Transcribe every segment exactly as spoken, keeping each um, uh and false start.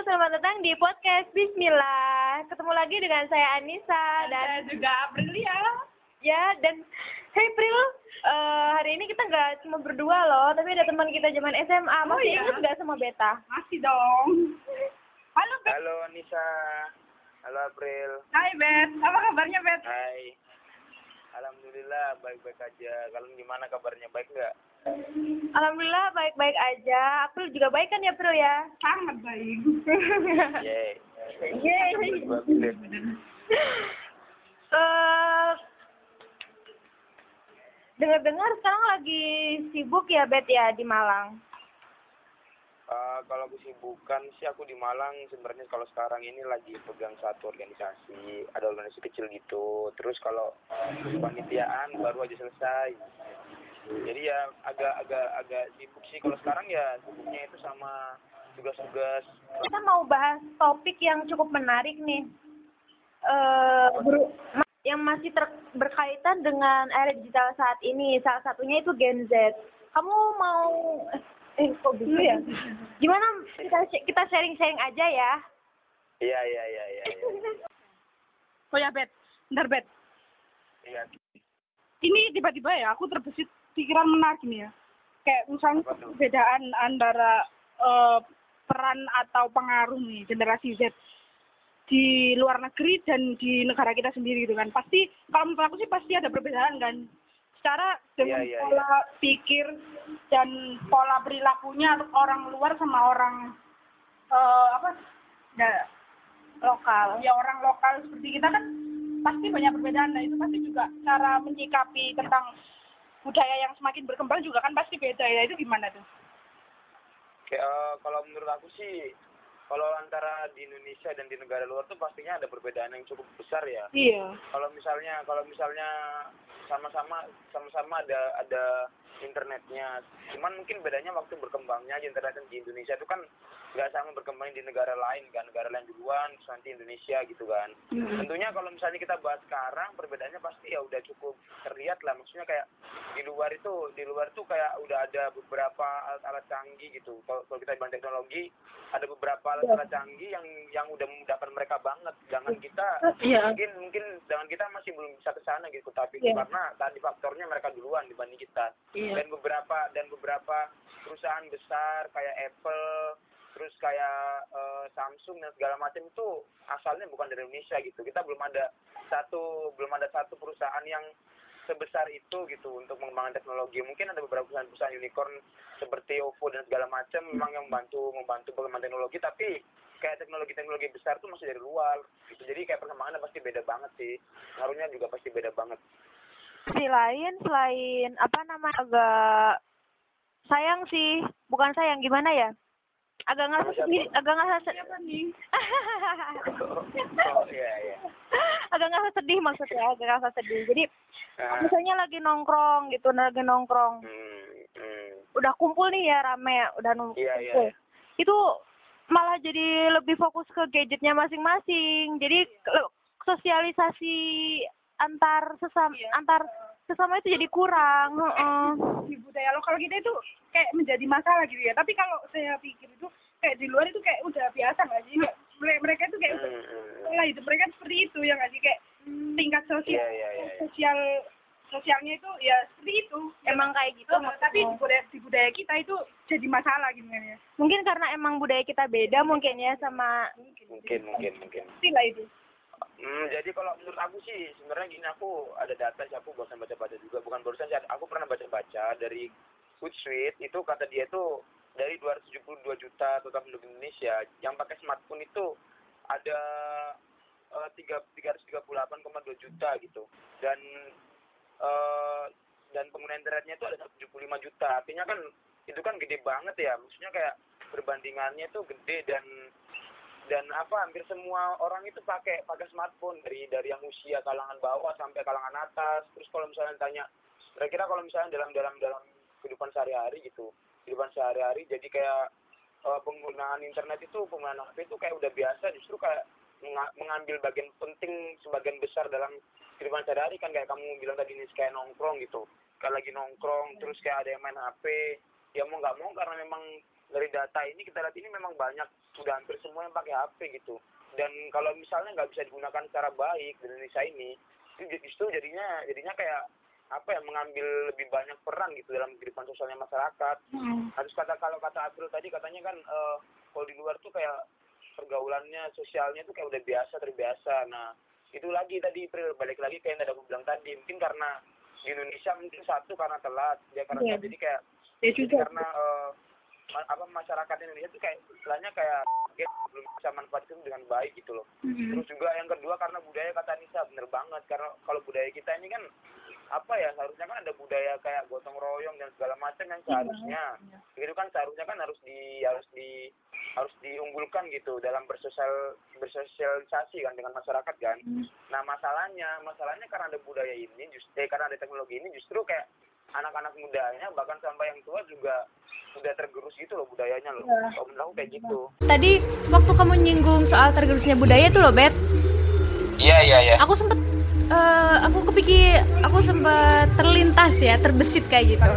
selamat datang di podcast Bismillah. Ketemu lagi dengan saya Anissa dan, dan saya juga Aprilia. Ya, dan hey Pril, uh, hari ini kita nggak cuma berdua loh, tapi ada teman kita zaman S M A. Masih oh, iya. ingat nggak sama Beta? Masih dong. Halo Bet. Halo Anissa. Halo April. Hai Bet, apa kabarnya Bet? Hai. Alhamdulillah baik-baik aja. Kalian gimana kabarnya, baik nggak? Alhamdulillah baik-baik aja. April juga baik kan ya April ya? Sangat baik. Yeay. Yeay. Uh, dengar-dengar sekarang lagi sibuk ya Bet ya di Malang? Uh, kalau kesibukan sih aku di Malang sebenarnya kalau sekarang ini lagi pegang satu organisasi, ada organisasi kecil gitu. Terus kalau kepanitiaan baru aja selesai. Jadi ya agak-agak agak sibuk sih kalau sekarang ya sibuknya itu sama tugas-tugas. Kita mau bahas topik yang cukup menarik nih. Uh, ber- yang masih ter- berkaitan dengan era digital saat ini. Salah satunya itu Gen Z. Kamu mau eh kok bisa ya? Gimana kita kita sharing-sharing aja ya? Iya iya iya iya. Ya. Oh ya Bet, bentar Bet. Iya. Ini tiba-tiba ya aku terbesit pikiran menarik nih ya. Kayak misalnya perbedaan antara uh, peran atau pengaruh nih generasi Z di luar negeri dan di negara kita sendiri gitu kan. Pasti kalau menurut aku sih pasti ada perbedaan kan. Secara dengan yeah, yeah, pola yeah. pikir dan pola perilakunya orang luar sama orang uh, apa ya, lokal. Ya orang lokal seperti kita kan pasti banyak perbedaan. Nah itu pasti juga cara menyikapi tentang budaya yang semakin berkembang juga kan pasti beda ya. Itu gimana tuh? Oke, uh, kalau menurut aku sih kalau antara di Indonesia dan di negara luar tuh pastinya ada perbedaan yang cukup besar ya. Iya. Kalau misalnya kalau misalnya sama-sama sama-sama ada ada internetnya, cuman mungkin bedanya waktu berkembangnya internet di Indonesia itu kan nggak sama berkembang di negara lain kan, negara lain duluan terus nanti Indonesia gitu kan. Mm-hmm. Tentunya kalau misalnya kita bahas sekarang perbedaannya pasti ya udah cukup terlihat lah, maksudnya kayak di luar itu di luar tuh kayak udah ada beberapa alat-alat canggih gitu. Kalau kalau kita bilang teknologi ada beberapa alat-alat canggih yang yang udah memudahkan mereka banget. Jangan kita yeah. mungkin mungkin jangan kita masih belum bisa ke sana gitu, tapi yeah. karena tadi faktornya mereka duluan dibanding kita. Yeah. Dan beberapa dan beberapa perusahaan besar kayak Apple, terus kayak uh, Samsung dan segala macam itu asalnya bukan dari Indonesia gitu. Kita belum ada satu belum ada satu perusahaan yang sebesar itu gitu untuk mengembangkan teknologi. Mungkin ada beberapa perusahaan-perusahaan unicorn seperti O V O dan segala macam memang yang membantu membantu pengembangan teknologi, tapi kayak teknologi-teknologi besar tuh masih dari luar gitu. Jadi kayak perkembangannya pasti beda banget sih. Ngaruhnya juga pasti beda banget. Si lain selain apa namanya agak sayang sih, bukan sayang gimana ya? Agak ngerasa sedih, agak ngerasa sedih apa nih? Oh iya iya. Agak ngerasa sedih maksudnya, agak ngerasa sedih. Jadi nah. misalnya lagi nongkrong gitu, lagi nongkrong. Hmm, hmm. Udah kumpul nih ya rame, udah nongkrong. Iya iya. Itu malah jadi lebih fokus ke gadgetnya masing-masing. Jadi sosialisasi antar sesama iya. antar sesama itu jadi kurang. Heeh. Di budaya lokal kita itu kayak menjadi masalah gitu ya. Tapi kalau saya pikir itu kayak di luar itu kayak udah biasa nggak sih? Kayak, mereka itu kayak udah pola hidup mereka seperti itu ya nggak sih? Kayak tingkat sosial yeah, yeah, yeah, yeah. sosial sosialnya itu ya seperti itu. Emang kayak gitu. Oh, tapi di budaya, di budaya kita itu jadi masalah gitu kan ya. Mungkin karena emang budaya kita beda mungkin ya sama mungkin mungkin mungkin. Pastilah itu. Hmm, jadi kalau menurut aku sih sebenarnya gini, aku ada data sih, aku barusan baca-baca juga, bukan barusan sih, aku pernah baca-baca dari Hootsuite, itu kata dia tuh dari dua ratus tujuh puluh dua juta total penduduk Indonesia yang pakai smartphone itu ada uh, tiga ratus tiga puluh delapan koma dua juta gitu, dan uh, dan pengguna internetnya itu ada seratus tujuh puluh lima juta, artinya kan itu kan gede banget ya, maksudnya kayak perbandingannya tuh gede, dan dan apa hampir semua orang itu pakai pakai smartphone, dari dari yang usia kalangan bawah sampai kalangan atas. Terus kalau misalnya tanya kira-kira kalau misalnya dalam dalam dalam kehidupan sehari-hari gitu kehidupan sehari-hari jadi kayak uh, penggunaan internet itu penggunaan H P itu kayak udah biasa, justru kayak menga- mengambil bagian penting sebagian besar dalam kehidupan sehari-hari kan. Kayak kamu bilang tadi ini kayak nongkrong gitu, kayak lagi nongkrong terus kayak ada yang main H P, ya mau nggak mau karena memang dari data ini kita lihat ini memang banyak, sudah hampir semua yang pakai H P gitu. Dan kalau misalnya nggak bisa digunakan secara baik di Indonesia ini, itu justru jadinya jadinya kayak apa ya, mengambil lebih banyak peran gitu dalam kehidupan sosialnya masyarakat. Hmm. Harus kata kalau kata April tadi katanya kan uh, kalau di luar tuh kayak pergaulannya, sosialnya tuh kayak udah biasa, terbiasa. Nah itu lagi tadi April, balik lagi kayak yang tadi aku bilang tadi, mungkin karena di Indonesia mungkin satu karena telat, dia karena yeah. jadi kayak ya jadi karena uh, apa masyarakat Indonesia tuh kayak istilahnya kayak belum bisa manfaatkan dengan baik gitu loh. Mm-hmm. Terus juga yang kedua karena budaya, kata Nisa bener banget, karena kalau budaya kita ini kan apa ya, seharusnya kan ada budaya kayak gotong royong dan segala macam yang seharusnya mm-hmm. itu kan seharusnya kan harus di harus di harus diunggulkan gitu dalam bersosial bersosialisasi kan dengan masyarakat kan. Mm-hmm. Nah masalahnya masalahnya karena ada budaya ini justru eh, karena ada teknologi ini justru kayak anak-anak mudanya bahkan sampai yang tua juga udah tergerus gitu loh budayanya loh. Ya. Kalau menurut aku kayak gitu. Tadi waktu kamu nyinggung soal tergerusnya budaya tuh loh, Bet. Iya, iya, iya. Aku sempet uh, aku kepikir aku sempet terlintas ya, terbesit kayak gitu.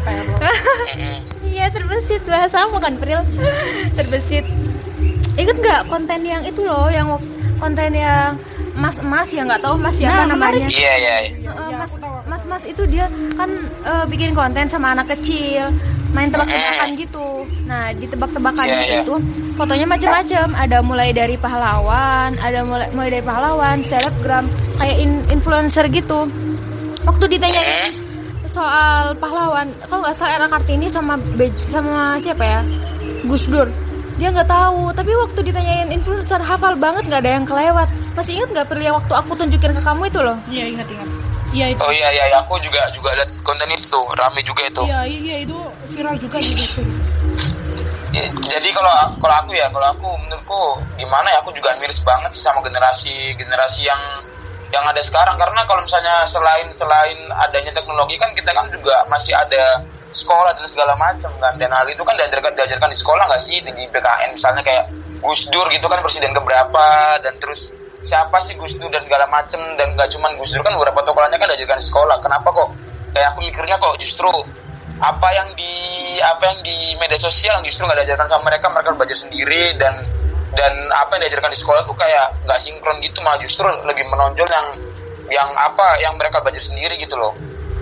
Iya, terbesit, bahasamu kan, Pril. Terbesit. Ingat enggak konten yang itu loh, yang konten yang mas-mas ya, nggak tahu mas siapa nah, namanya. Iya, iya. Uh, mas mas-mas itu dia kan uh, bikin konten sama anak kecil, main tebak-tebakan gitu. Nah, di tebak-tebakan yeah, yeah. itu fotonya macam-macam. Ada mulai dari pahlawan, ada mulai mulai dari pahlawan, selebgram, kayak in, influencer gitu. Waktu ditanyain soal pahlawan, kalau nggak salah Era Kartini sama Be- sama siapa ya? Gus Dur. Dia nggak tahu, tapi waktu ditanyain influencer hafal banget, nggak ada yang kelewat. Masih ingat nggak Pril waktu aku tunjukin ke kamu itu loh? Iya, ingat-ingat. Iya itu. Oh iya iya, aku juga juga lihat konten itu, rame juga itu. Iya iya itu viral juga gitu. Ya, jadi kalau kalau aku ya, kalau aku menurutku gimana ya, aku juga miris banget sih sama generasi generasi yang yang ada sekarang, karena kalau misalnya selain selain adanya teknologi kan kita kan juga masih ada sekolah dan segala macam kan, dan hal itu kan diajarkan diajarkan di sekolah nggak sih, di P K N misalnya kayak Gus Dur gitu kan, presiden keberapa, dan terus siapa sih Gus Dur dan segala macem, dan nggak cuman Gus Dur kan, beberapa tokohnya kan diajarkan di sekolah. Kenapa kok kayak aku mikirnya kok justru apa yang di apa yang di media sosial justru nggak diajarkan sama mereka, mereka belajar sendiri, dan dan apa yang diajarkan di sekolah tuh kayak nggak sinkron gitu, malah justru lebih menonjol yang yang apa yang mereka belajar sendiri gitu loh.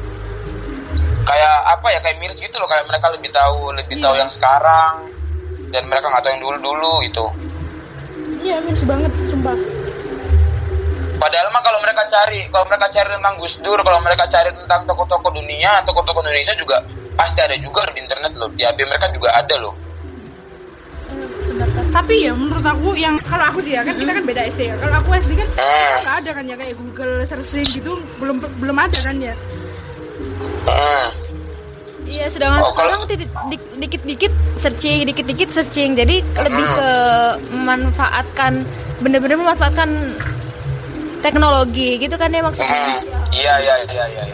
Kayak apa ya, kayak miris gitu loh, kayak mereka lebih tahu lebih yeah. tahu yang sekarang dan mereka nggak tahu yang dulu-dulu gitu. Iya, miris banget sumpah. Padahal mah kalau mereka cari, kalau mereka cari tentang Gus Dur, kalau mereka cari tentang tokoh-tokoh dunia, tokoh-tokoh Indonesia juga pasti ada juga di internet loh, di H P mereka juga ada loh. Tapi ya menurut aku yang kalau aku sih ya kan, kita kan beda S D ya. Kalau aku S D kan nggak hmm. ada kan ya, kayak Google searching gitu belum belum ada kan ya. Hmm. Iya, sedangkan oh, sekarang kalau... dikit-dikit searching, dikit-dikit searching, jadi lebih ke memanfaatkan, benar-benar memanfaatkan teknologi gitu kan ya maksudnya. Hmm. Iya iya iya iya.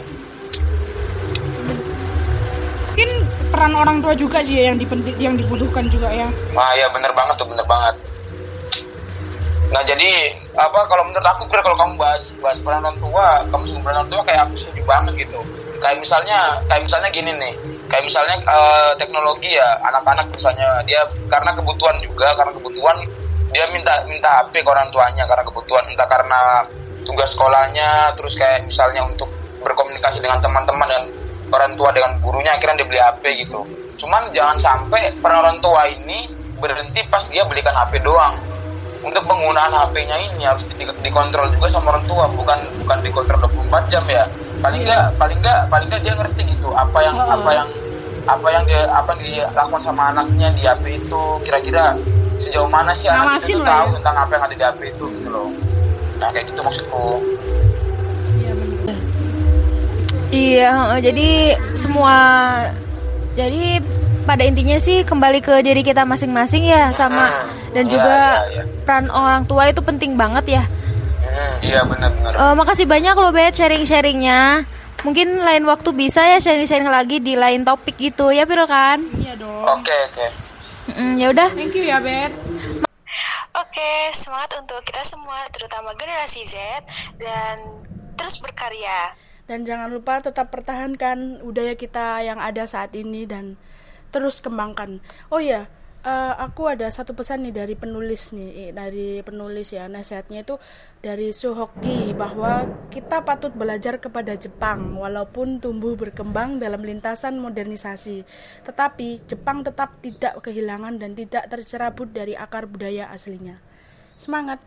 Mungkin peran orang tua juga sih yang dipenting, yang dibutuhkan juga ya. Wah ya, benar banget tuh, benar banget. Nah jadi apa, kalau menurut aku kalau kamu bahas bahas peran orang tua, kamu sebut peran orang tua, kayak aku setuju banget gitu. Kayak misalnya kayak misalnya gini nih, kayak misalnya uh, teknologi ya, anak-anak misalnya dia karena kebutuhan juga, karena kebutuhan dia minta minta H P ke orang tuanya karena kebutuhan, entah karena tugas sekolahnya, terus kayak misalnya untuk berkomunikasi dengan teman-teman dan orang tua dengan gurunya, akhirnya dia beli H P gitu. Cuman jangan sampai peran orang tua ini berhenti pas dia belikan H P doang. Untuk penggunaan H P-nya ini harus di, dikontrol juga sama orang tua, bukan bukan dikontrol dua puluh empat jam ya. Paling enggak paling enggak paling enggak dia ngerti gitu apa yang oh. apa yang apa yang dia apa yang dia lakukan sama anaknya di H P itu, kira-kira sejauh mana sih anak itu tahu ya tentang apa yang ada di H P itu gitu loh. Nah kayak gitu maksudku. Iya benar. Iya, jadi semua jadi pada intinya sih kembali ke diri kita masing-masing ya, sama hmm, dan juga ya, ya, ya. peran orang tua itu penting banget ya. Hmm, iya benar-benar. Uh, makasih banyak loh Bet sharing-sharingnya. Mungkin lain waktu bisa ya sharing-sharing lagi di lain topik gitu ya, Pil kan? Iya dong. Oke okay, oke. Okay. Mm, ya udah. Thank you ya Bet. Oke, semangat untuk kita semua, terutama generasi Z, dan terus berkarya. Dan jangan lupa tetap pertahankan budaya kita yang ada saat ini dan terus kembangkan. Oh iya, Uh, aku ada satu pesan nih dari penulis nih, dari penulis ya, nasihatnya itu dari Suhoki bahwa kita patut belajar kepada Jepang walaupun tumbuh berkembang dalam lintasan modernisasi, tetapi Jepang tetap tidak kehilangan dan tidak tercerabut dari akar budaya aslinya. Semangat.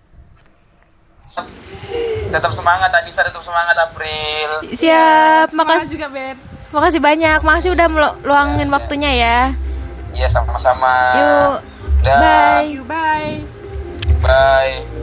Tetap semangat Anissa, tetap semangat April. Siap, makasih juga Beb. Makasih banyak, makasih udah meluangin waktunya ya. Iya sama-sama. Yuk, Dah. bye. Bye. Bye.